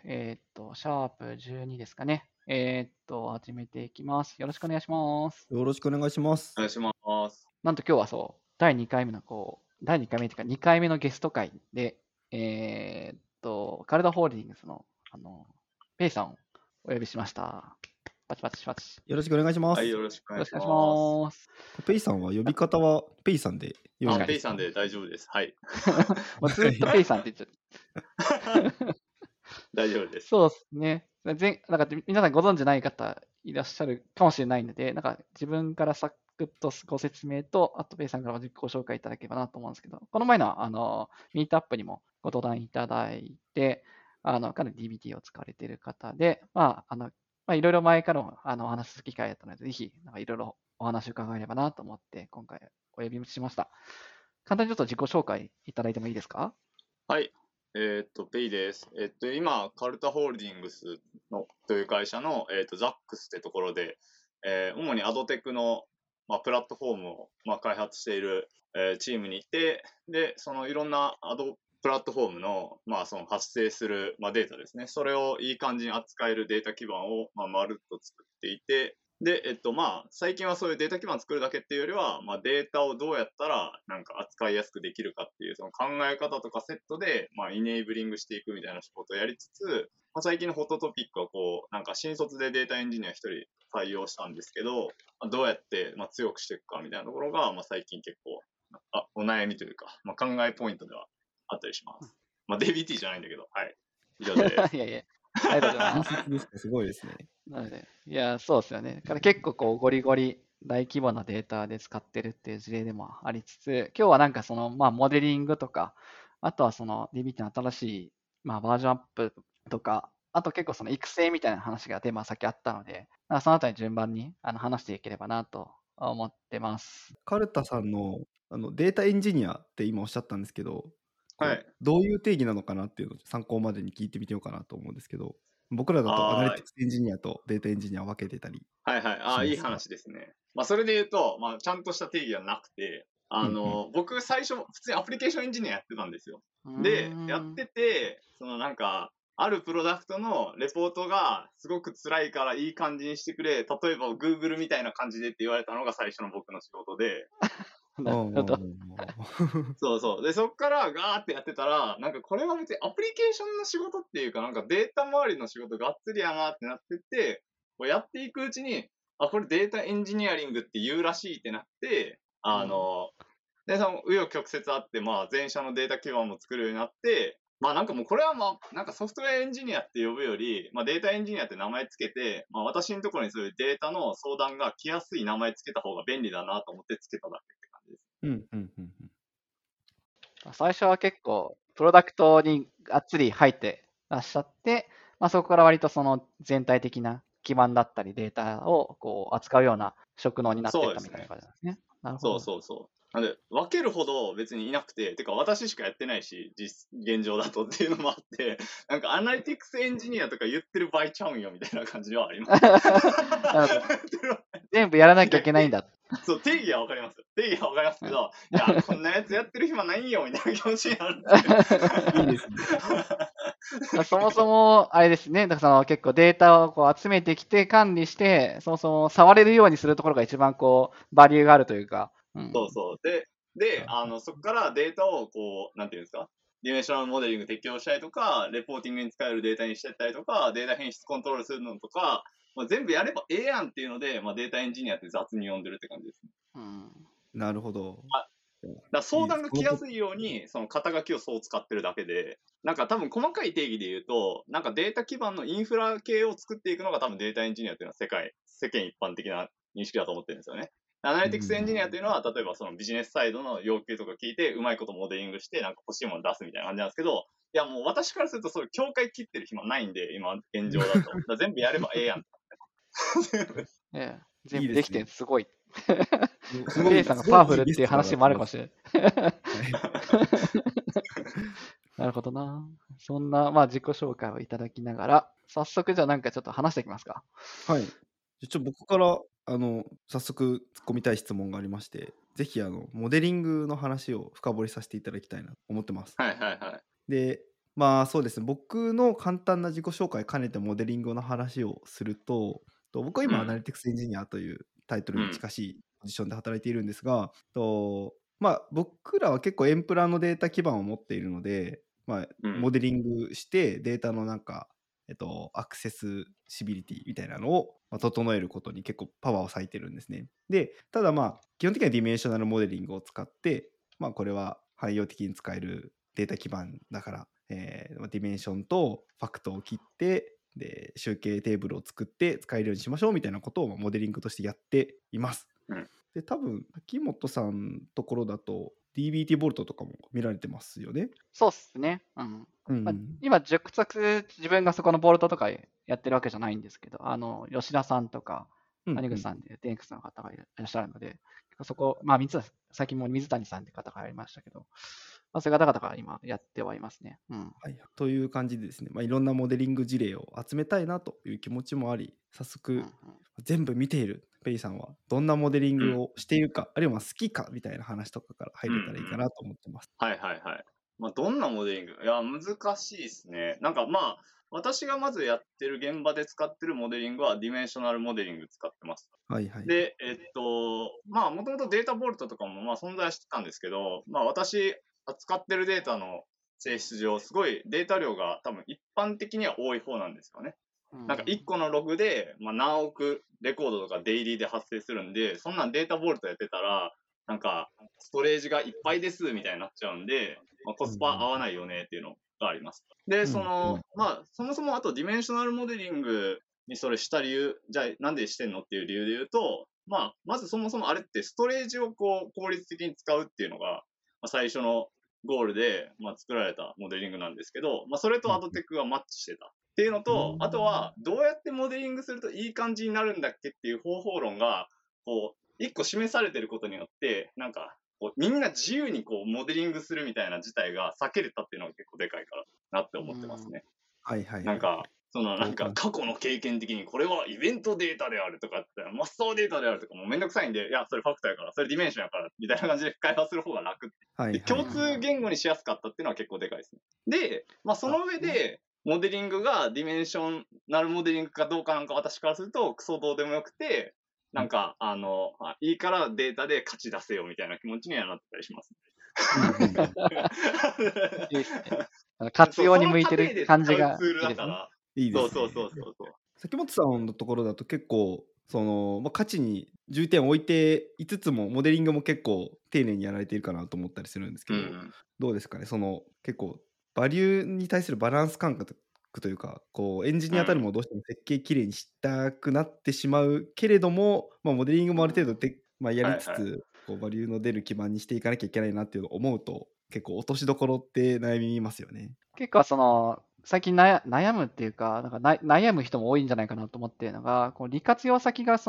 シャープ12ですかね。始めていきます。よろしくお願いします。 よろしくお願いします。 お願いします。 なんと今日は第2回目の第2回目というか2回目のゲスト会で、カルダホールディングスの、ペイさんをお呼びしました。パチパチパチ。 よろしくお願いします。 はい、よろしくお願いしよろしくお願います。 します。 ペイさんは呼び方はペイさんで呼んであ、ペイさんで大丈夫です。はい。 もうずっとペイさんって言っちゃって。 大丈夫です。 そうですね。なんか皆さんご存知ない方いらっしゃるかもしれないので、なんか自分からサクッとご説明と、あとペイさんからも自己紹介いただければなと思うんですけど、この前のミートアップにもご登壇いただいて、かなり DBT を使われている方で、いろいろ前からもお話しする機会だったので、ぜひ、なんかいろいろお話を伺えればなと思って、今回お呼びしました。簡単にちょっと自己紹介いただいてもいいですか？ はい。ペイです。今、カルタホールディングスという会社の、ザックスってところで、主にアドテクの、プラットフォームを、開発している、チームにいて、で、そのいろんなプラットフォームの、その発生する、データですね。それをいい感じに扱えるデータ基盤を、まるっと作っていて、で、最近はそういうデータ基盤作るだけっていうよりは、データをどうやったら、なんか扱いやすくできるかっていう、その考え方とかセットで、イネーブリングしていくみたいな仕事をやりつつ、最近のホットトピックはなんか新卒でデータエンジニア一人採用したんですけど、どうやって、強くしていくかみたいなところが、最近結構、お悩みというか、考えポイントではあったりします。DBT じゃないんだけど、はい。以上です。 いやいや、ありがとうございます。 すごいですね。 なので、いや、そうですよね。だから結構ゴリゴリ大規模なデータで使ってるっていう事例でもありつつ、今日はなんかモデリングとか、あとはDBT の新しい、バージョンアップとか、あと結構育成みたいな話がテーマ先あったので、そのあたり順番に話していければなと思ってます。 カルタさんのデータエンジニアって今おっしゃったんですけど、 はい。 どういう定義なのかなっていうのを参考までに聞いてみてようかなと思うんですけど、僕らだとアナリティクスエンジニアとデータエンジニアを分けてたり。 はいはい。いい話ですね。それで言うと、ちゃんとした定義はなくて、僕最初、普通にアプリケーションエンジニアやってたんですよ。で、やってて、なんか、あるプロダクトのレポートがすごく辛いからいい感じにしてくれ、例えば Google みたいな感じでって言われたのが最初の僕の仕事で、 なるほど。 そうそう。で、そっからガーってやってたら、なんかこれは別にアプリケーションの仕事っていうか、なんかデータ周りの仕事がっつりやなってなってって、こうやっていくうちに、これデータエンジニアリングって言うらしいってなって、で、その、紆余曲折あって、全社のデータ基盤も作るようになって、なんかもうこれはなんかソフトウェアエンジニアって呼ぶより、データエンジニアって名前つけて、私のところにそういうデータの相談が来やすい名前つけた方が便利だなと思ってつけただけって感じです。 最初は結構、プロダクトにがっつり入ってらっしゃって、そこから割と全体的な基盤だったりデータを扱うような職能になっていったみたいな感じなんですね。なるほど。 そう。なんで、分けるほど別にいなくて、てか私しかやってないし、現状だとっていうのもあって、なんかアナリティクスエンジニアとか言ってる場合ちゃうんよみたいな感じはあります。 全部やらなきゃいけないんだ。 そう、定義はわかります。定義はわかりますけど、いや、こんなやつやってる暇ないよみたいな気持ちになるんですよ。いいですね。そもそも、あれですね、だから結構データを集めてきて管理して、そもそも触れるようにするところが一番バリューがあるというか。 そう。で、そこからデータをなんていうんですか、ディメンショナルモデリング適用したりとか、レポーティングに使えるデータにしていったりとか、データ変質コントロールするのとか、全部やればええやんっていうので、データエンジニアって雑に呼んでるって感じですね。 なるほど。 だ相談が来やすいように、その肩書きをそう使ってるだけで、なんか多分細かい定義で言うと、なんかデータ基盤のインフラ系を作っていくのが多分データエンジニアっていうのは世間一般的な認識だと思ってるんですよね。アナリティクスエンジニアっていうのは、例えばそのビジネスサイドの要求とか聞いて、うまいことモデリングして、なんか欲しいもの出すみたいな感じなんですけど、いやもう私からするとそういう境界切ってる暇ないんで、今現状だと。だ全部やればええやん。 全部できてすごい。 すごい。 ペイさんがパワフルっていう話もあるかもしれない。なるほどな。そんな、自己紹介をいただきながら、早速じゃあなんかちょっと話していきますか。 はい。僕から早速突っ込みたい質問がありまして、ぜひモデリングの話を深掘りさせていただきたいなと思ってます。 はい。 で、 まあそうですね、僕の簡単な自己紹介兼ねてモデリングの話をすると、僕は今、アナうん。 リティクスエンジニアというタイトルにうん。 近しいポジションで働いているんですが、まあ、僕らは結構エンプラのデータ基盤を持っているので、まあ、 うん。 モデリングしてデータのなんか、アクセスシビリティみたいなのを整えることに結構パワーを割いてるんですね。で、ただまあ、基本的にはディメンショナルモデリングを使って、まあ、これは汎用的に使えるデータ基盤だから、ディメンションとファクトを切ってで集計テーブルを作って使えるようにしましょうみたいなことをモデリングとしてやっています。 うん。 で多分秋元さんのところだと DBT ボルトとかも見られてますよね。 そうっすね。まあ、今、直接自分がそこのボルトとかやってるわけじゃないんですけど、吉田さんとか、谷口さんで、デンクスの方がいらっしゃるので、そこ、まあ、最近も水谷さんって方がやりましたけど、まあ、そういう方々が今やってはいますね。 はい、という感じでですね、まあ、いろんなモデリング事例を集めたいなという気持ちもあり、早速、全部見ているペイさんはどんなモデリングをしているか、あるいは好きかみたいな話とかから入れたらいいかなと思ってます。 はいはいはい。まあ、どんなモデリングいや、難しいですね。なんかまあ、私がまずやってる現場で使ってるモデリングはディメンショナルモデリング使ってます。 はいはい。 で、まあ、もともとデータボルトとかもまあ存在してたんですけど、まあ私扱ってるデータの性質上、すごいデータ量が多分一般的には多い方なんですよね。なんか1個のログで、まあ、何億レコードとかデイリーで発生するんで、そんなんデータボルトやってたら、なんかストレージがいっぱいですみたいになっちゃうんで、まあ、コスパ合わないよねっていうのがあります。で、まあ、そもそもあとディメンショナルモデリングにそれした理由、じゃあなんでしてんのっていう理由で言うと、まあ、まずそもそもあれってストレージをこう効率的に使うっていうのが、まあ、最初のゴールで、まあ、作られたモデリングなんですけど、まあ、それとアドテックがマッチしてた。っていうのと、あとは、どうやってモデリングするといい感じになるんだっけっていう方法論が、こう、一個示されてることによって、なんか、こうみんな自由にこうモデリングするみたいな事態が避けれたっていうのが結構でかいからなって思ってますね。 はいはい。 なんか、なんか過去の経験的にこれはイベントデータであるとかって、マスターデータであるとかもうめんどくさいんで、いや、それファクターやから、それディメンションやから、みたいな感じで会話する方が楽。で、共通言語にしやすかったっていうのは結構でかいですね。で、まあその上で、モデリングがディメンショナルモデリングかどうかなんか私からするとクソどうでもよくて、なんか、いいからデータで勝ち出せよみたいな気持ちにはなったりします。 活用に向いてる感じがツールだから。 いいですね。 そう。 崎本さんのところだと結構価値に重点を置いていつつもモデリングも結構丁寧にやられているかなと思ったりするんですけど、どうですかね、結構バリューに対するバランス感覚というか、こうエンジニアたるもどうしても設計きれいにしたくなってしまうけれども、まあ、モデリングもある程度やりつつ、こうバリューの出る基盤にしていかなきゃいけないなっていうのを思うと、結構落としどころって悩みますよね。 結構最近悩むっていうか、悩む人も多いんじゃないかなと思っているのが、こう利活用先が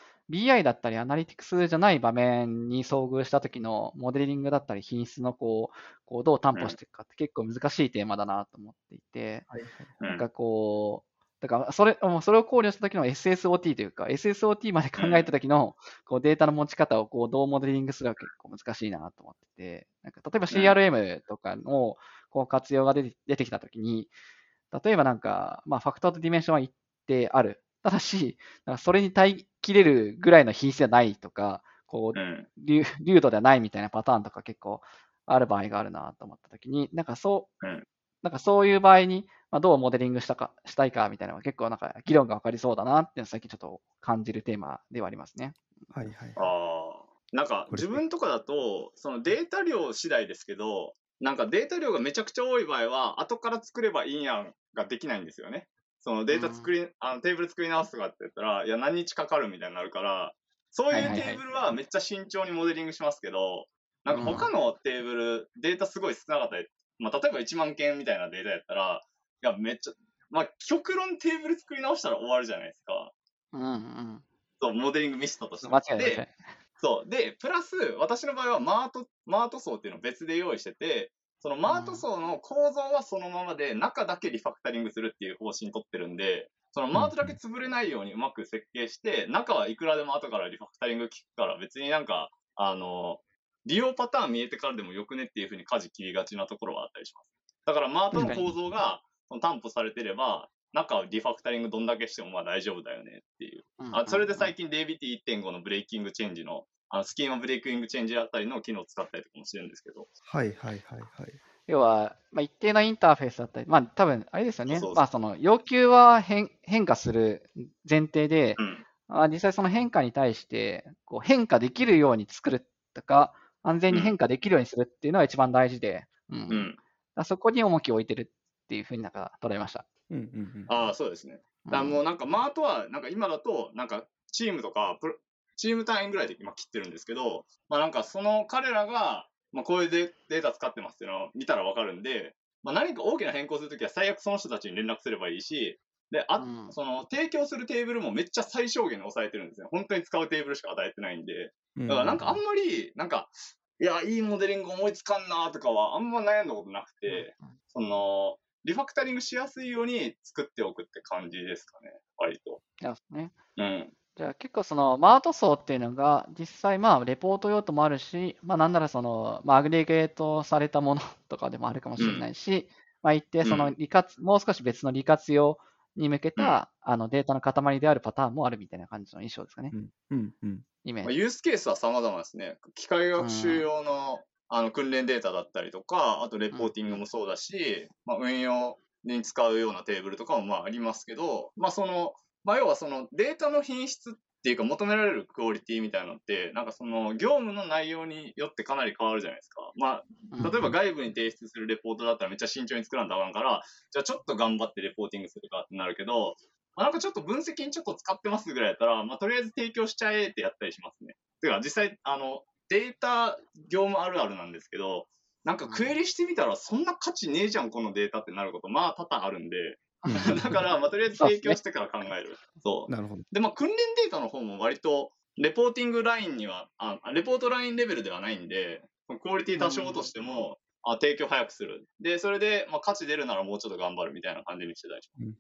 BI だったりアナリティクスじゃない場面に遭遇した時のモデリングだったり品質のこうどう担保していくかって結構難しいテーマだなと思っていて、なんかこう、だからそれを考慮した時の SSOT というか、SSOT まで考えた時のこうデータの持ち方をこうどうモデリングするか結構難しいなと思ってて、なんか例えば CRM とかのこう活用が出てきたときに、例えばなんか、まあ、ファクターとディメンションは一定ある。ただし、なんかそれに耐えきれるぐらいの品質じゃないとか、こう、流度ではないみたいなパターンとか結構ある場合があるなと思ったときに、なんかそういう場合に、まあ、どうモデリングしたいかみたいなのは結構なんか議論が分かりそうだなっていうのは最近ちょっと感じるテーマではありますね。 なんか自分とかだと、そのデータ量次第ですけど、なんかデータ量がめちゃくちゃ多い場合は、後から作ればいいやんができないんですよね。そのデータテーブル作り直すとかって言ったら、いや何日かかるみたいになるから、そういうテーブルはめっちゃ慎重にモデリングしますけど、なんか他のテーブル、データすごい少なかったり、まあ例えば1万件みたいなデータやったら、いやめっちゃ、まあ極論テーブル作り直したら終わるじゃないですか。そう、モデリングミスったとして。 間違いない。 で、プラス、私の場合はマート層っていうのを別で用意してて、そのマート層の構造はそのままで、中だけリファクタリングするっていう方針取ってるんで、そのマートだけ潰れないようにうまく設計して、中はいくらでも後からリファクタリング効くから、別になんか、利用パターン見えてからでもよくねっていう風に舵切りがちなところはあったりします。 だからマートの構造が担保されてれば、中をリファクタリングどんだけしてもまあ大丈夫だよねっていう。それで最近 DBT1.5 のブレイキングチェンジの、スキーマブレイキングチェンジあたりの機能を使ったりとかもしてるんですけど。 はいはいはいはい。 要は、一定のインターフェースだったり、多分、あれですよね。 そうそうその要求は変化する前提で、 うん、 実際その変化に対して、変化できるように作るとか、安全に変化できるようにするっていうのが一番大事で、そこに重きを置いてるっていうふうに捉えました。 そうですね。だからもうなんかマートは、なんか今だと、なんかチームとか、チーム単位ぐらいで今切ってるんですけど、なんかその彼らが、こういうデータ使ってますっていうのを見たらわかるんで、何か大きな変更するときは最悪その人たちに連絡すればいいし、で、その提供するテーブルもめっちゃ最小限に抑えてるんですね。本当に使うテーブルしか与えてないんで。だからなんかあんまり、なんか、いや、いいモデリング思いつかんなとかはあんま悩んだことなくて、その、リファクタリングしやすいように作っておくって感じですかね、割と。 そうですね。 じゃあ結構そのマート層っていうのが実際レポート用途もあるし、なんならその、アグリゲートされたものとかでもあるかもしれないし、一定そのもう少し別の利活用に向けた、データの塊であるパターンもあるみたいな感じの印象ですかね。 イメージ。ユースケースは様々ですね。機械学習用の訓練データだったりとか、あとレポーティングもそうだし、運用に使うようなテーブルとかもありますけど、その、要はそのデータの品質っていうか求められるクオリティみたいなのって、なんかその業務の内容によってかなり変わるじゃないですか。例えば外部に提出するレポートだったらめっちゃ慎重に作らんとあかんから、じゃあちょっと頑張ってレポーティングするかってなるけど、なんかちょっと分析にちょっと使ってますぐらいだったら、とりあえず提供しちゃえってやったりしますね。てか実際、データ業務あるあるなんですけど、なんかクエリしてみたらそんな価値ねえじゃん、このデータってなること、多々あるんで、だから、とりあえず提供してから考える。そう。 なるほど。 で、訓練データの方も割と、レポーティングラインには、レポートラインレベルではないんで、クオリティ多少落としても、提供早くする。で、それで、価値出るならもうちょっと頑張るみたいな感じにしてたりします。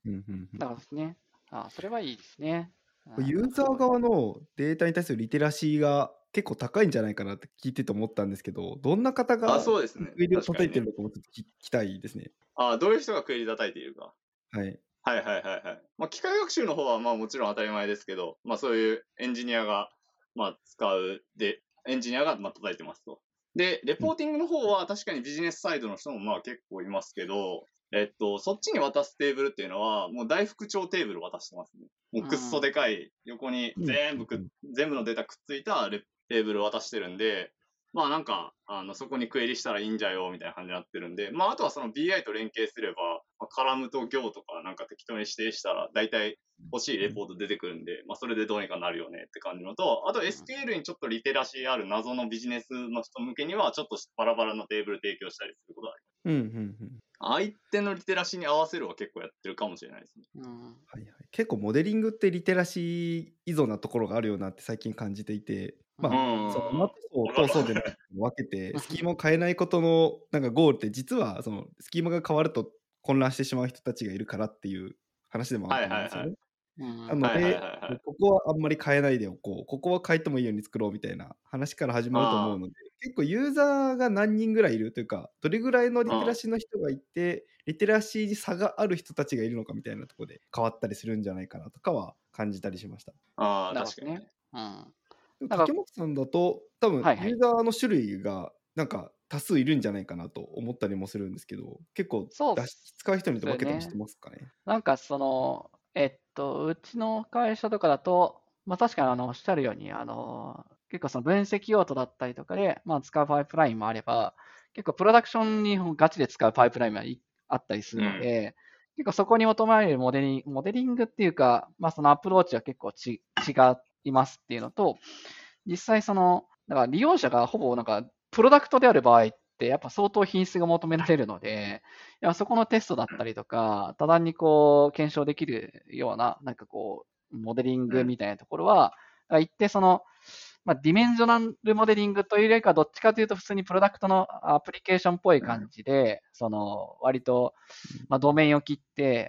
なるほどですね。それはいいですね。 ユーザー側のデータに対するリテラシーが結構高いんじゃないかなって聞いてて思ったんですけど、どんな方がそうですね。 クエリを叩いてるのかもちょっと聞きたいですね。 どういう人がクエリ叩いているか。 はい。 機械学習の方はもちろん当たり前ですけど、そういうエンジニアが使うで、エンジニアが叩いてますと。で、レポーティングの方は確かにビジネスサイドの人も結構いますけど、そっちに渡すテーブルっていうのは、もう大副長テーブル渡してますね。もうくっそでかい、横に全部のデータくっついたテーブル渡してるんで、なんか、そこにクエリしたらいいんじゃよ、みたいな感じになってるんで、あとはその BI と連携すれば、カラムと行とかなんか適当に指定したら、大体欲しいレポート出てくるんで、それでどうにかなるよねって感じのと、あと SQL にちょっとリテラシーある謎のビジネスの人向けには、ちょっとバラバラのテーブル提供したりすることがあります。相手のリテラシーに合わせるは結構やってるかもしれないですね。 結構モデリングってリテラシー依存なところがあるよなって最近感じていて、そのマットとそうでない分けて、スキーマを変えないことのなんかゴールって実はそのスキーマが変わると混乱してしまう人たちがいるからっていう話でもあると思うんですよね。なので、ここはあんまり変えないでおこう、ここは変えてもいいように作ろうみたいな話から始まると思うので、結構ユーザーが何人ぐらいいるというか、どれぐらいのリテラシーの人がいて、リテラシーに差がある人たちがいるのかみたいなところで変わったりするんじゃないかなとかは感じたりしました。 確かにね。 竹本さんだと多分ユーザーの種類がなんか多数いるんじゃないかなと思ったりもするんですけど、結構使う人によって分けたりしてますかね。 なんかそのうちの会社とかだと、確かにおっしゃるように、結構その分析用途だったりとかで、使うパイプラインもあれば、結構プロダクションにガチで使うパイプラインもあったりするので、結構そこに求められるモデリングっていうか、そのアプローチは結構違いますっていうのと、実際その、だから利用者がほぼなんかプロダクトである場合って、やっぱ相当品質が求められるので、そこのテストだったりとか、多段に検証できるような、モデリングみたいなところは、一定その、ディメンジョナルモデリングというよりか、どっちかというと普通にプロダクトのアプリケーションっぽい感じで、割と、ドメインを切って、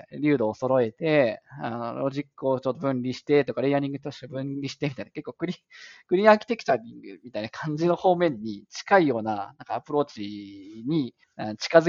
流度を揃えて、ロジックをちょっと分離してとか、レイヤリングとして分離してみたいな、結構クリーンアーキテクチャリングみたいな感じの方面に近いような、アプローチに近づいて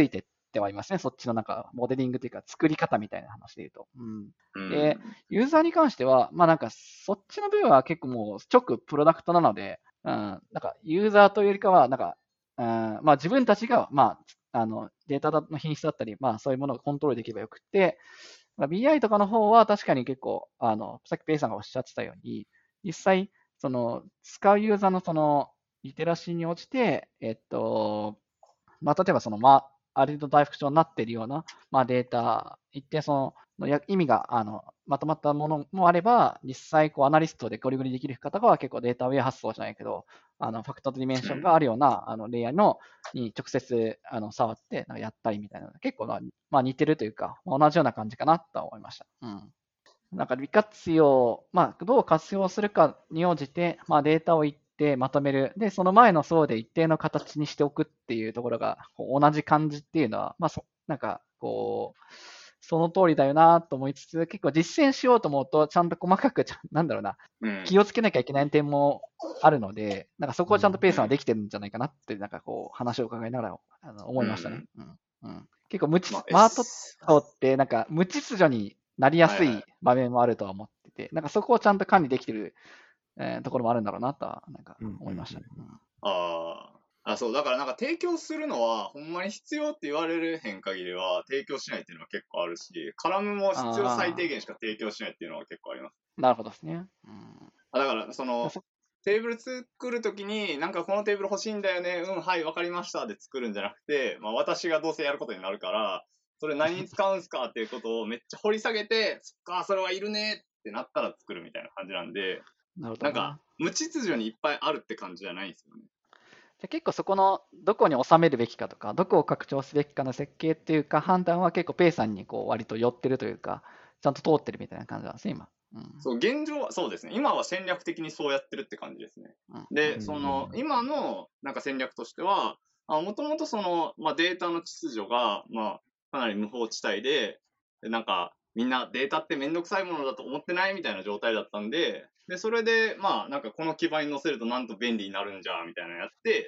ってはいますね。そっちのなんかモデリングというか作り方みたいな話で言うと。 うんで、ユーザーに関しては、まあなんかそっちの部分は結構もう直プロダクトなので、なんかユーザーというよりかは、なんか、まあ自分たちが、まあ、データの品質だったり、まあそういうものをコントロールできればよくて、BI とかの方は確かに結構、さっきペイさんがおっしゃってたように、実際、その、使うユーザーのその、リテラシーに応じて、まあ、例えばその、ある程度大復調になっているような、まあ、データ、一定その、意味が、まとまったものもあれば、実際、こう、アナリストでゴリゴリできる方が結構データウェア発想じゃないけど、ファクトとディメンションがあるような、レイヤーに直接、触って、なんかやったりみたいな、結構まあ、似てるというか、同じような感じかなと思いました。なんか利活用、まあ、どう活用するかに応じて、まあ、データを一定まとめる。で、その前の層で一定の形にしておくっていうところが、こう同じ感じっていうのは、まあ、なんか、こう、その通りだよなと思いつつ、結構実践しようと思うと、ちゃんと細かく、なんだろうな、気をつけなきゃいけない点もあるので、なんかそこをちゃんとペースはできてるんじゃないかなって、なんかこう、話を伺いながら思いましたね。結構スマートフォンってなんか無秩序になりやすい場面もあるとは思ってて、なんかそこをちゃんと管理できてる、ところもあるんだろうなとはなんか思いましたね。 そう、だからなんか提供するのは、ほんまに必要って言われるへん限りは提供しないっていうのは結構あるし、カラムも必要最低限しか提供しないっていうのは結構あります。 なるほどですね。 だからその、テーブル作るときに、なんかこのテーブル欲しいんだよね、はい、わかりましたで作るんじゃなくて、まあ私がどうせやることになるから、それ何に使うんすかっていうことをめっちゃ掘り下げて、そっか、それはいるねってなったら作るみたいな感じなんで、なんか無秩序にいっぱいあるって感じじゃないんですよね。 じゃ結構そこのどこに収めるべきかとか、どこを拡張すべきかの設計っていうか判断は結構ペイさんにこう割と寄ってるというか、ちゃんと通ってるみたいな感じなんですね、今。 そう、現状はそうですね。今は戦略的にそうやってるって感じですね。で、その、今のなんか戦略としては、もともとその、まあ、データの秩序が、まあ、かなり無法地帯で、なんか、みんなデータってめんどくさいものだと思ってないみたいな状態だったんで、で、それで、まあ、なんかこの基盤に載せるとなんと便利になるんじゃ、みたいなのやって、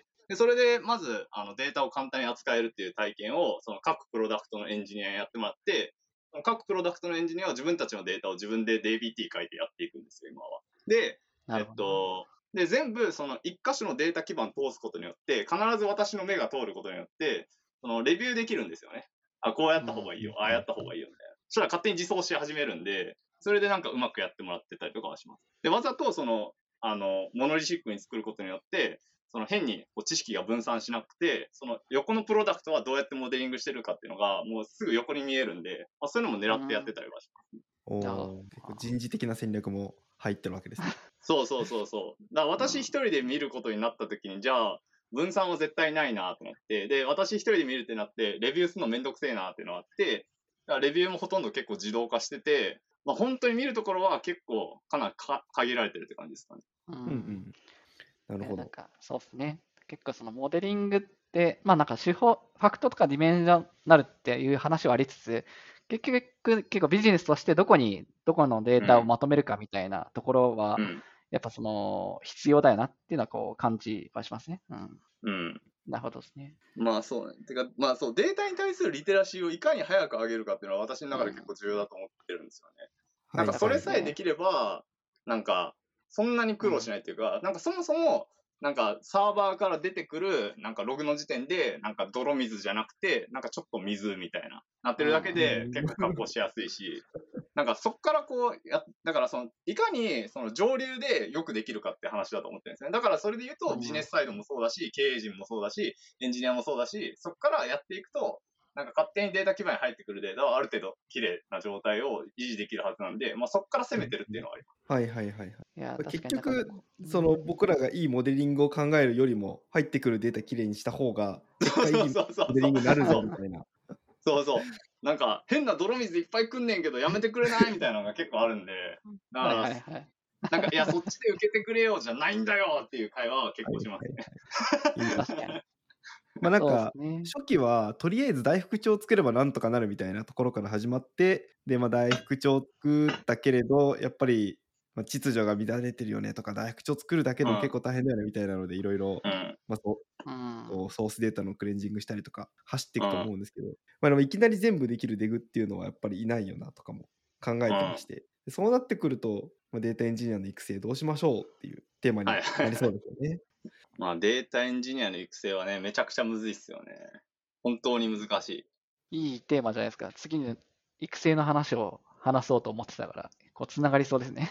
で、それで、まず、データを簡単に扱えるっていう体験を、その各プロダクトのエンジニアにやってもらって、各プロダクトのエンジニアは自分たちのデータを自分で DBT 書いてやっていくんですよ、今は。で、で、全部その一箇所のデータ基盤通すことによって、必ず私の目が通ることによって、そのレビューできるんですよね。こうやった方がいいよ、ああやった方がいいよ、みたいな。そしたら勝手に自走し始めるんで、それでなんかうまくやってもらってたりとかはします。で、わざとその、モノリシックに作ることによって、その変に知識が分散しなくて、その横のプロダクトはどうやってモデリングしてるかっていうのが、もうすぐ横に見えるんで、そういうのも狙ってやってたりはします。 結構人事的な戦略も入ってるわけですね。 そう。だから私一人で見ることになった時に、じゃあ、分散は絶対ないなと思って、で、私一人で見るってなって、レビューするのめんどくせえなっていうのがあって、レビューもほとんど結構自動化してて、まあ、本当に見るところは結構かなり限られてるって感じですかね。 なるほど。 なんかそうですね。結構そのモデリングって、まあなんか手法、ファクトとかディメンショナルっていう話はありつつ、結構ビジネスとしてどこのデータをまとめるかみたいなところは、やっぱその必要だよなっていうのはこう感じはしますね。なるほどですね。 まあそうね。てか、まあそう、データに対するリテラシーをいかに早く上げるかっていうのは私の中で結構重要だと思ってるんですよね。なんかそれさえできれば、なんかそんなに苦労しないっていうか、なんかそもそも、なんかサーバーから出てくるなんかログの時点でなんか泥水じゃなくてなんかちょっと水みたいななってるだけで結構加工しやすいし、なんかそっからこうだからそのいかにその上流でよくできるかって話だと思ってるんですね。だからそれで言うとビジネスサイドもそうだし、経営陣もそうだし、エンジニアもそうだし、そっからやっていくとなんか勝手にデータ基盤に入ってくるデータはある程度綺麗な状態を維持できるはずなんで、まあ、そこから攻めてるっていうのはあります。 結局その僕らがいいモデリングを考えるよりも入ってくるデータきれいにした方が絶対いいモデリングになるぞみたいな。 なんか変な泥水いっぱいくんねんけどやめてくれないみたいなのが結構あるんで、だからなんかいやそっちで受けてくれよじゃないんだよっていう会話は結構しますね。 まあなんか初期はとりあえず大復調を作ればなんとかなるみたいなところから始まって、でまあ大復調を作ったけれどやっぱり秩序が乱れてるよねとか、大復調作るだけでも結構大変だよねみたいなのでいろいろソースデータのクレンジングしたりとか走っていくと思うんですけど、まあ、でもいきなり全部できるデグっていうのはやっぱりいないよなとかも考えてまして、そうなってくると、まあ、データエンジニアの育成どうしましょうっていうテーマになりそうですよね。 まあデータエンジニアの育成はね、めちゃくちゃむずいっすよね。本当に難しい。 いいテーマじゃないですか。次に育成の話を話そうと思ってたから、こう、つながりそうですね。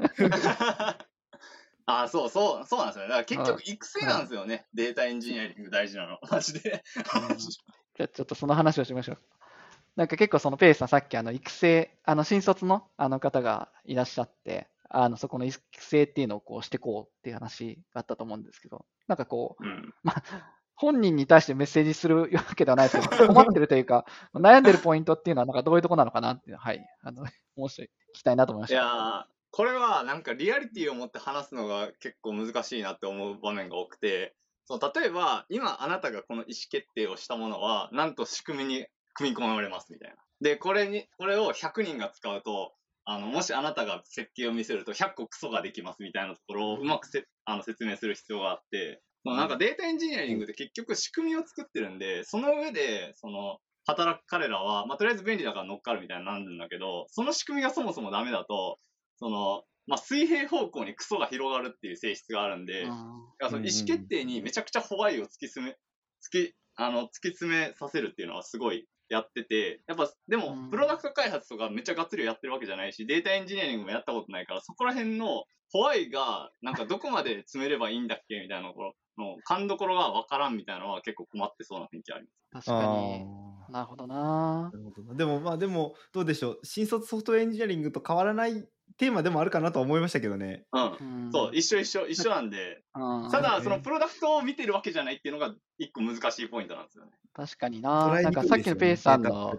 そうなんですよね。だから結局育成なんですよね。データエンジニアリング大事なの。マジで。 じゃあちょっとその話をしましょう。なんか結構そのペイさん、さっき育成、新卒の方がいらっしゃって、そこの育成っていうのをこうしてこうっていう話があったと思うんですけど、なんかこう、まあ、本人に対してメッセージするわけではないですけど、困ってるというか、悩んでるポイントっていうのは、なんかどういうとこなのかなっていう、はい、もうちょい聞きたいなと思いました。 いやこれはなんかリアリティを持って話すのが結構難しいなって思う場面が多くて、例えば今あなたがこの意思決定をしたものはなんと仕組みに組み込まれますみたいな。で、これを100人が使うと、もしあなたが設計を見せると100個クソができますみたいなところをうまく説明する必要があって、なんかデータエンジニアリングって結局仕組みを作ってるんで、その上で働く彼らは、まあ、とりあえず便利だから乗っかるみたいになるんだけど、その仕組みがそもそもダメだと、まあ、水平方向にクソが広がるっていう性質があるんで、その意思決定にめちゃくちゃホワイを突き詰めさせるっていうのはすごいやってて、やっぱでもプロダクト開発とかめっちゃがっつりやってるわけじゃないし、データエンジニアリングもやったことないから、そこら辺のホワイがなんかどこまで詰めればいいんだっけみたいなところの勘どころがわからんみたいなのは結構困ってそうな雰囲気あります。 確かに。なるほどな。 でもどうでしょう、新卒ソフトウェアエンジニアリングと変わらないテーマでもあるかなとは思いましたけどね。 そう、一緒なんで、ただそのプロダクトを見てるわけじゃないっていうのが一個難しいポイントなんですよね。 確かにな。なんかさっきのペイさんの、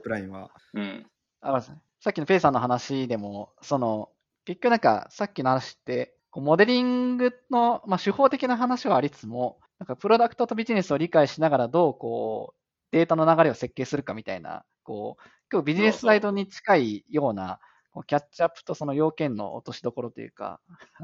さっきのペイさんの話でも、結局なんかさっきの話って、モデリングの、まあ、手法的な話はありつつも、なんかプロダクトとビジネスを理解しながらどうこうデータの流れを設計するかみたいな、こう今日ビジネスサイドに近いようなキャッチアップとその要件の落としどころというか、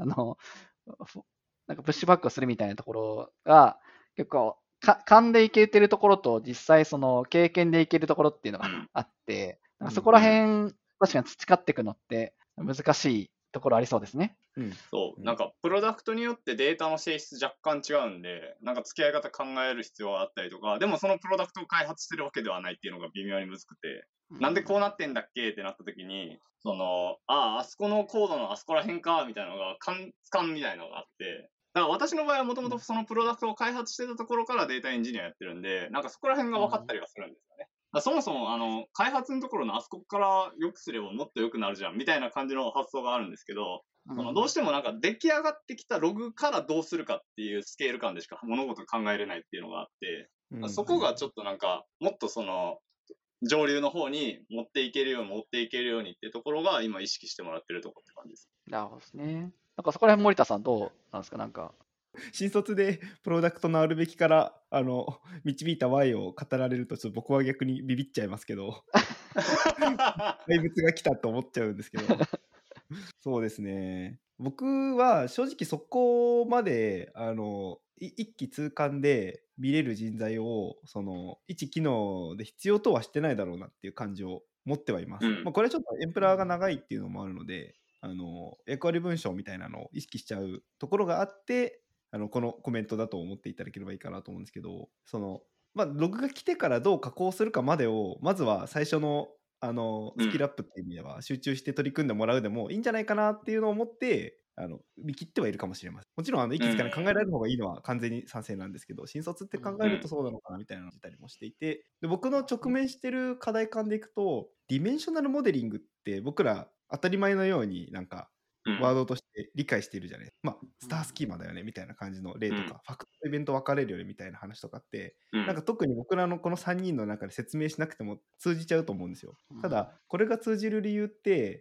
なんかプッシュバックをするみたいなところが結構勘でいけてるところと実際その経験でいけるところっていうのがあって、そこら辺確かに培っていくのって難しいところありそうですね。 そう、なんかプロダクトによってデータの性質若干違うんで、なんか付き合い方考える必要があったりとか、でもそのプロダクトを開発してるわけではないっていうのが微妙に難しくて、なんでこうなってんだっけってなった時に、あそこのコードのあそこら辺かみたいなのがつかんみたいなのがあって、だから私の場合はもともとそのプロダクトを開発してたところからデータエンジニアやってるんで、なんかそこら辺が分かったりはするんですよね。そもそも開発のところのあそこから良くすればもっと良くなるじゃんみたいな感じの発想があるんですけど、どうしてもなんか出来上がってきたログからどうするかっていうスケール感でしか物事考えれないっていうのがあって、そこがちょっとなんかもっと上流の方に持っていけるようにっていうところが今意識してもらってるところって感じです。 なるほどですね。なんかそこら辺森田さんどうなんですか？なんか新卒でプロダクトのあるべきから導いた Y を語られるとちょっと僕は逆にビビっちゃいますけど怪物が来たと思っちゃうんですけどそうですね、僕は正直そこまで一気通貫で見れる人材を一機能で必要とはしてないだろうなっていう感じを持ってはいます、まあ、これはちょっとエンプラーが長いっていうのもあるので役割文章みたいなのを意識しちゃうところがあってこのコメントだと思っていただければいいかなと思うんですけど、まあ、ログが来てからどう加工するかまでをまずは最初のスキルアップっていう意味では集中して取り組んでもらうでもいいんじゃないかなっていうのを思って見切ってはいるかもしれません。もちろんいくつかに考えられる方がいいのは完全に賛成なんですけど、新卒って考えるとそうなのかなみたいなのをしたりもしていて、で僕の直面してる課題感でいくと、ディメンショナルモデリングって僕ら当たり前のようになんかワードとして理解しているじゃないですか。まあスタースキーマだよねみたいな感じの例とか、ファクトとイベント分かれるよねみたいな話とかって、なんか特に僕らのこの3人の中で説明しなくても通じちゃうと思うんですよ。ただこれが通じる理由って、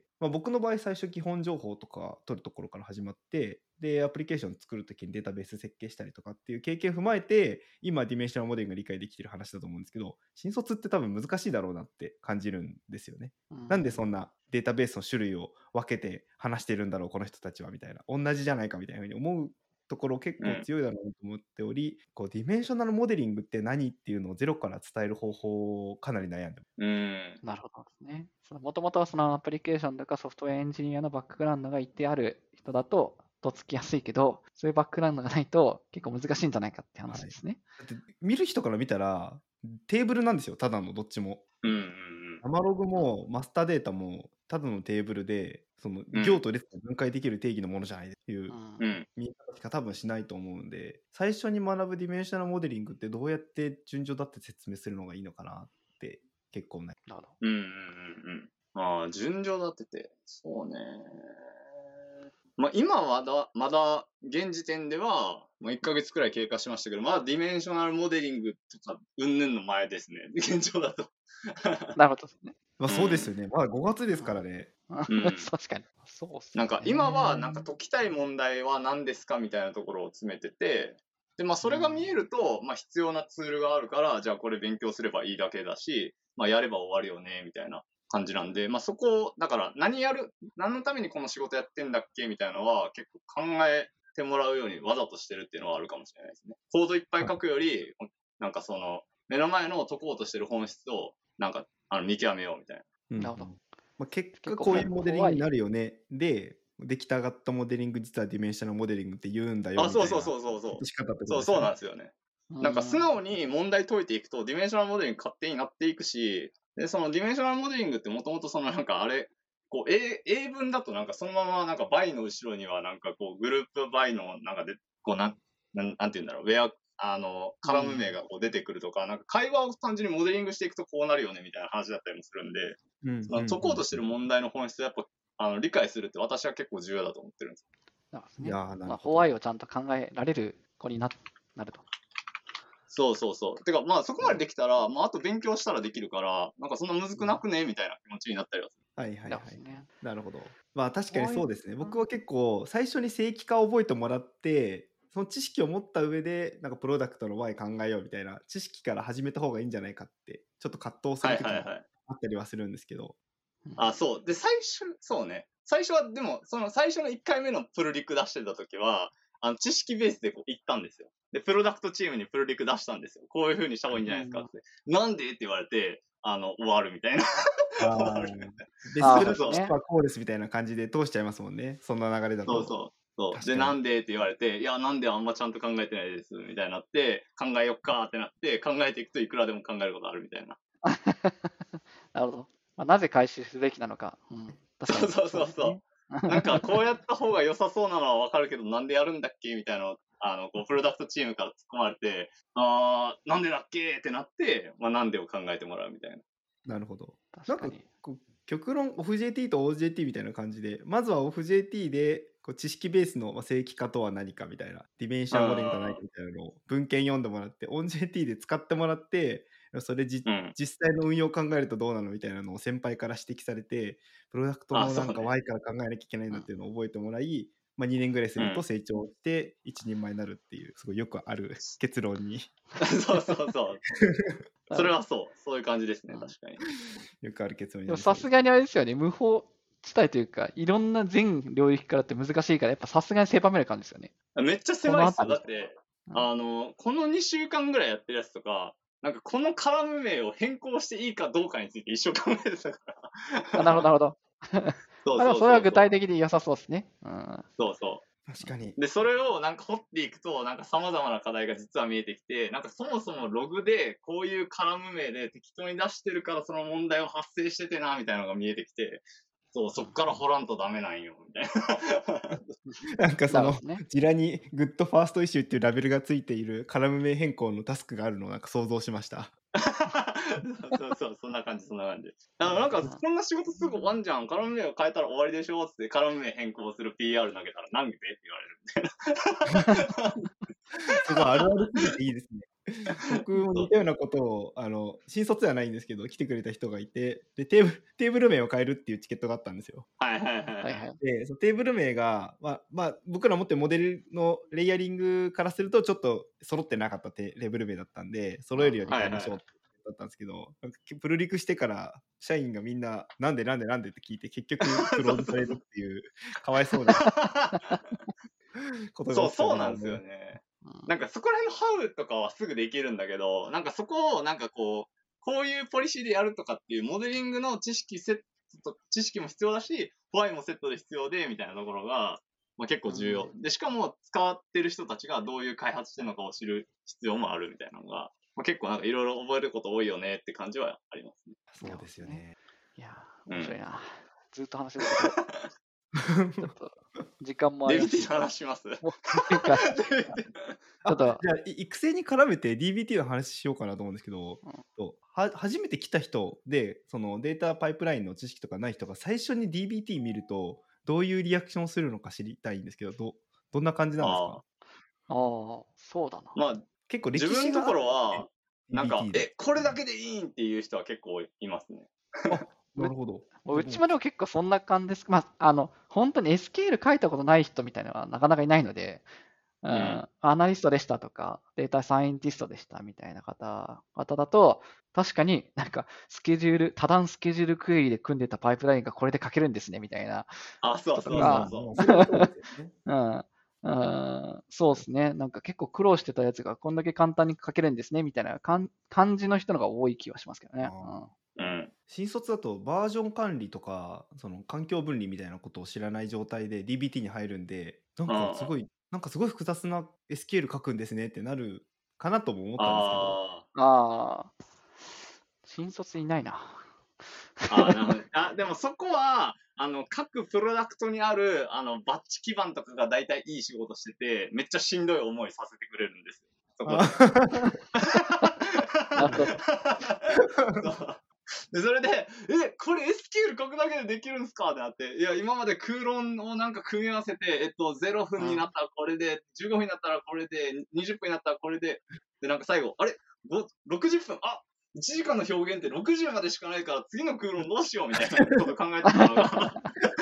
まあ、僕の場合最初基本情報とか取るところから始まって、でアプリケーション作るときにデータベース設計したりとかっていう経験を踏まえて今ディメンショナルモデリングが理解できている話だと思うんですけど、新卒って多分難しいだろうなって感じるんですよね。なんでそんなデータベースの種類を分けて話してるんだろうこの人たちはみたいな、同じじゃないかみたいなふうに思うところ結構強いだろうと思っており、こうディメンショナルモデリングって何っていうのをゼロから伝える方法をかなり悩んでます。 なるほどですね。もともとそのアプリケーションとかソフトウェアエンジニアのバックグラウンドが一定ある人だと、とっつきやすいけど、そういうバックグラウンドがないと結構難しいんじゃないかって話ですね。 だって見る人から見たら、テーブルなんですよ、ただのどっちも。アナログもマスターデータもただのテーブルで、その行と列が分解できる定義のものじゃないっていう見え方しか多分しないと思うんで、最初に学ぶディメンショナルモデリングってどうやって順序だって説明するのがいいのかなって結構ね。 なるほど。ああ、順序立てて、そうね。まあ今はまだ現時点では、1ヶ月くらい経過しましたけど、まだディメンショナルモデリングとか、うんぬんの前ですね。現状だと。 なるほどですね。 まあそうですよね。まだ5月ですからね。 確かに。そうっすね。 なんか今はなんか解きたい問題は何ですかみたいなところを詰めてて、でまあそれが見えると、まあ必要なツールがあるから、じゃあこれ勉強すればいいだけだし、まあやれば終わるよねみたいな感じなんで、まあそこをだから何のためにこの仕事やってんだっけみたいなのは結構考えてもらうようにわざとしてるっていうのはあるかもしれないですね。コードいっぱい書くより、なんかその目の前の解こうとしてる本質をなんか見極めようみたいな。 なるほど。 まあ、結果こういうモデリングになるよね。で、出来上がったモデリング実はディメンショナルモデリングって言うんだよみたいな。そうなんですよね。なんか素直に問題解いていくとディメンショナルモデリング勝手になっていくし、でそのディメンショナルモデリングってもともとそのなんかあれこう英文だとなんかそのままなんかバイの後ろにはなんかこうグループバイのなんかでこうなんて言うんだろう、ウェアカラム名がこう出てくるとか、なんか会話を単純にモデリングしていくとこうなるよねみたいな話だったりもするんで、解こうとしてる問題の本質をやっぱ理解するって私は結構重要だと思ってるんです。 いやー、まあ、ホワイをちゃんと考えられる子になると。 そう。てか、まあそこまでできたら、まああと勉強したらできるから、なんかそんな難くなくねみたいな気持ちになったりはする。 はい。なるほど。まあ確かにそうですね。僕は結構最初に正規化を覚えてもらって、その知識を持った上で、なんかプロダクトの Y 考えようみたいな知識から始めた方がいいんじゃないかって、ちょっと葛藤する時もあったりはするんですけど。 そう。で、そうね。最初は、でも、その最初の1回目のプルリク出してた時は、知識ベースでこう行ったんですよ。で、プロダクトチームにプルリク出したんですよ。こういう風にした方がいいんじゃないですかって。なんでって言われて、終わるみたいな。 ベストルートはこうですみたいな感じで通しちゃいますもんね。そんな流れだと。 そう。で、なんでって言われて、いや、なんであんまちゃんと考えてないです、みたいになって、考えよっかってなって、考えていくといくらでも考えることあるみたいな。 なるほど。まあ、なぜ回収すべきなのか。 そう。なんかこうやった方が良さそうなのはわかるけど、なんでやるんだっけみたいなこうプロダクトチームから突っ込まれて、なんでだっけってなって、まあ、なんでを考えてもらうみたいな。 なるほど。なんか極論 OFJT と OJT みたいな感じで、まずは OFJT でこう知識ベースの正規化とは何かみたいな、ディメンショナルモデリングとは何かみたいなのを文献読んでもらって、ONJT で使ってもらって、それ実際の運用を考えるとどうなのみたいなのを先輩から指摘されて、プロダクトのなんか Y から考えなきゃいけないんだっていうのを覚えてもらい、まあ、2年ぐらいすると成長して一人前になるっていう、すごいよくある結論に。 そう。それはそういう感じですね、確かに。 よくある結論に。 でもさすがにあれですよね、無法地帯というか、いろんな全領域からって難しいから、やっぱさすがに狭める感じですよね。 めっちゃ狭いですよ。だって、この2週間ぐらいやってるやつとか、なんかこのカラム名を変更していいかどうかについて一生考えてたから。 なるほど。でもそれは具体的に良さそうですね。 そう。 確かに。 で、それをなんか掘っていくと、なんか様々な課題が実は見えてきて、なんかそもそもログでこういうカラム名で適当に出してるからその問題を発生しててな、みたいなのが見えてきて、そっから掘らんとダメなんよ、みたいな。なんかその、ジラにグッドファーストイシューっていうラベルがついているカラム名変更のタスクがあるのをなんか想像しました。 そんな感じ。なんか、こんな仕事すぐ終わんじゃん。カラム名を変えたら終わりでしょってカラム名変更する PR 投げたら、なんでって言われるみたいな。 すごいあるあるすぎていいですね。僕も似たようなことを新卒ではないんですけど来てくれた人がいて、でテーブル名を変えるっていうチケットがあったんですよ。でそのテーブル名が、まあ、僕ら持ってるモデルのレイヤリングからするとちょっと揃ってなかったレーブル名だったんで、揃えるように変えましょうってだったんですけど、プルリクしてから社員がみんななんでって聞いて結局クローズされるっていうかわいそうな。 そう、 ことが起きたそうなんですよね。なんかそこら辺のハウとかはすぐできるんだけど、なんかそこをなんかこういうポリシーでやるとかっていうモデリングの知識も必要だし、Y もセットで必要で、みたいなところが、まあ、結構重要。で、しかも使ってる人たちがどういう開発してるのかを知る必要もあるみたいなのが、まあ、結構なんかいろいろ覚えること多いよねって感じはありますね。 そうですよね。 いやー、面白いな。ずっと話してるけど、ちょっと時間もあります DBT の話しますもうっていうか、ちょっと、 じゃあ育成に絡めて DBT の話しようかなと思うんですけど、初めて来た人でそのデータパイプラインの知識とかない人が最初に DBT 見るとどういうリアクションをするのか知りたいんですけど、どんな感じなんですか？ そうだな。 まあ、 結構自分のところは、なんか、 DBT で。 これだけでいいんっていう人は結構いますね。 なるほど。 うちまでも結構そんな感じです。本当に SQL 書いたことない人みたいなのはなかなかいないので、アナリストでしたとか、データサイエンティストでしたみたいな方だと、確かになんか多段スケジュールクエリで組んでたパイプラインがこれで書けるんですねみたいな。 そうそうですね。なんか結構苦労してたやつがこんだけ簡単に書けるんですねみたいな感じの人のが多い気はしますけどね。 新卒だとバージョン管理とかその環境分離みたいなことを知らない状態で DBT に入るんで、なんかすごい複雑な SQL 書くんですねってなるかなとも思ったんですけど。 新卒いないな。 なるほど。でもそこは各プロダクトにあるバッチ基盤とかが大体いい仕事してて、めっちゃしんどい思いさせてくれるんですよ。そこでそれで、これ SQL 書くだけでできるんですかってなって、いや、今まで空論をなんか組み合わせて、0分になったらこれで、15分になったらこれで、20分になったらこれで、で、なんか最後、60分、1時間の表現って60までしかないから次の空論どうしようみたいなこと考えてたのが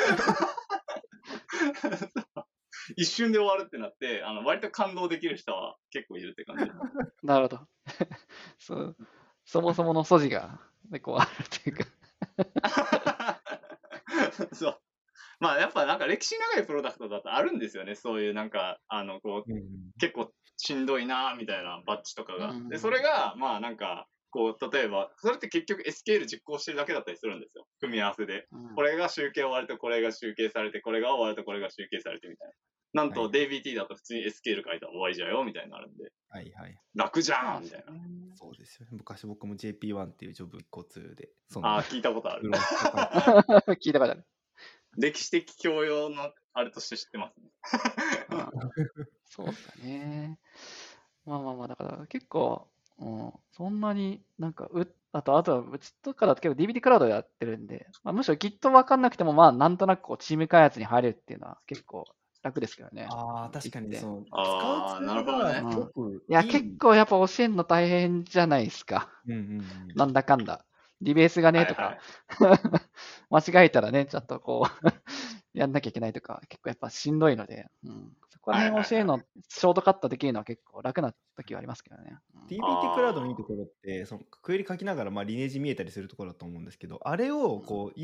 一瞬で終わるってなって、割と感動できる人は結構いるって感じ。 なるほど。そもそもの素地が、こうあるっていうかそう。まあやっぱなんか歴史長いプロダクトだとあるんですよね。そういうなんか、結構しんどいなみたいなバッジとかが。で、それが、まあなんか、例えば、それって結局 SQL 実行してるだけだったりするんですよ。組み合わせで。これが集計終わるとこれが集計されて、これが終わるとこれが集計されてみたいな。なんと DBT だと普通に SQL 書いたら終わりじゃよみたいになるんで。楽じゃんみたいな。 そうですよね。昔僕も JP1 っていうジョブ交通で。 聞いたことある。 聞いたことある。 歴史的教養のあれとして知ってますね。 そうだね。だから結構、そんなになんか、あとはうちとかだと結構 DBT クラウドやってるんで、むしろ Git 分かんなくても、なんとなくチーム開発に入れるっていうのは結構楽ですけどね。 確かにそう。 使うツールがすごくいや、結構やっぱ教えるの大変じゃないですか。なんだかんだ。リベースがねとか、間違えたらね、ちょっとやんなきゃいけないとか、結構やっぱしんどいので、そこら辺教えるの、ショートカットできるのは結構楽な時はありますけどね。 DBT クラウドのいいところって、クエリ書きながらリネージ見えたりするところだと思うんですけど、あれを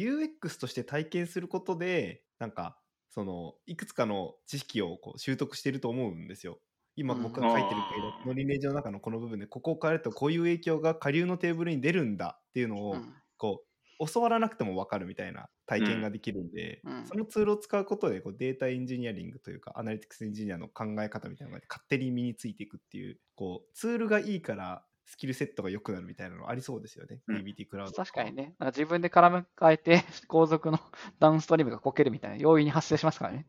UX として体験することで、なんか、いくつかの知識を習得していると思うんですよ。今僕が書いてるクエリのリネージの中のこの部分で、ここを変えるとこういう影響が下流のテーブルに出るんだっていうのを、教わらなくても分かるみたいな体験ができるんで、そのツールを使うことでデータエンジニアリングというかアナリティクスエンジニアの考え方みたいなのが勝手に身についていくっていう、ツールがいいからスキルセットが良くなるみたいなのありそうですよね、DBT クラウド。 確かにね、なんか自分で絡め替えて後続のダウンストリームがこけるみたいな容易に発生しますからね。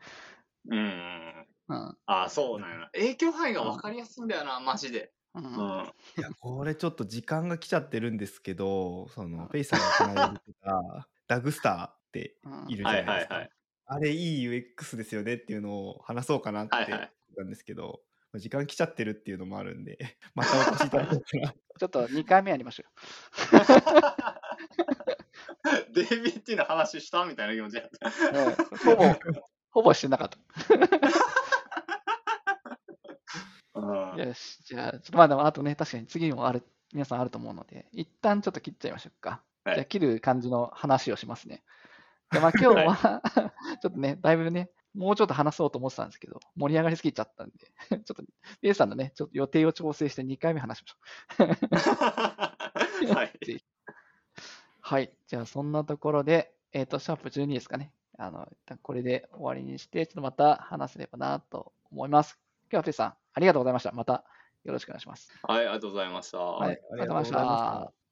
そうなんや。影響範囲が分かりやすいんだよな、マジで。 いや、これちょっと時間が来ちゃってるんですけど、ペイさんがこの間言ってたダグスターっているじゃないですか。あれいい UX ですよねっていうのを話そうかなって言ったんですけど、時間来ちゃってるっていうのもあるんで、またお越しいただこうかな。 ちょっと2回目やりましょう。DBT の話したみたいな気持ちだった。 ほぼしてなかった。よし、じゃあ、ちょっとあとね、確かに次も皆さんあると思うので、一旦ちょっと切っちゃいましょうか。じゃあ、切る感じの話をしますね。で今日はちょっとね、だいぶね、 もうちょっと話そうと思ってたんですけど、盛り上がりすぎちゃったんで、ちょっと、ペイさんのね、ちょっと予定を調整して2回目話しましょう。 はい。 ぜひはい。じゃあ、そんなところで、シャープ12ですかね。一旦これで終わりにして、ちょっとまた話せればなと思います。今日はペイさん、ありがとうございました。またよろしくお願いします。 はい、ありがとうございました。 はい、ありがとうございましありがとうございました。 た。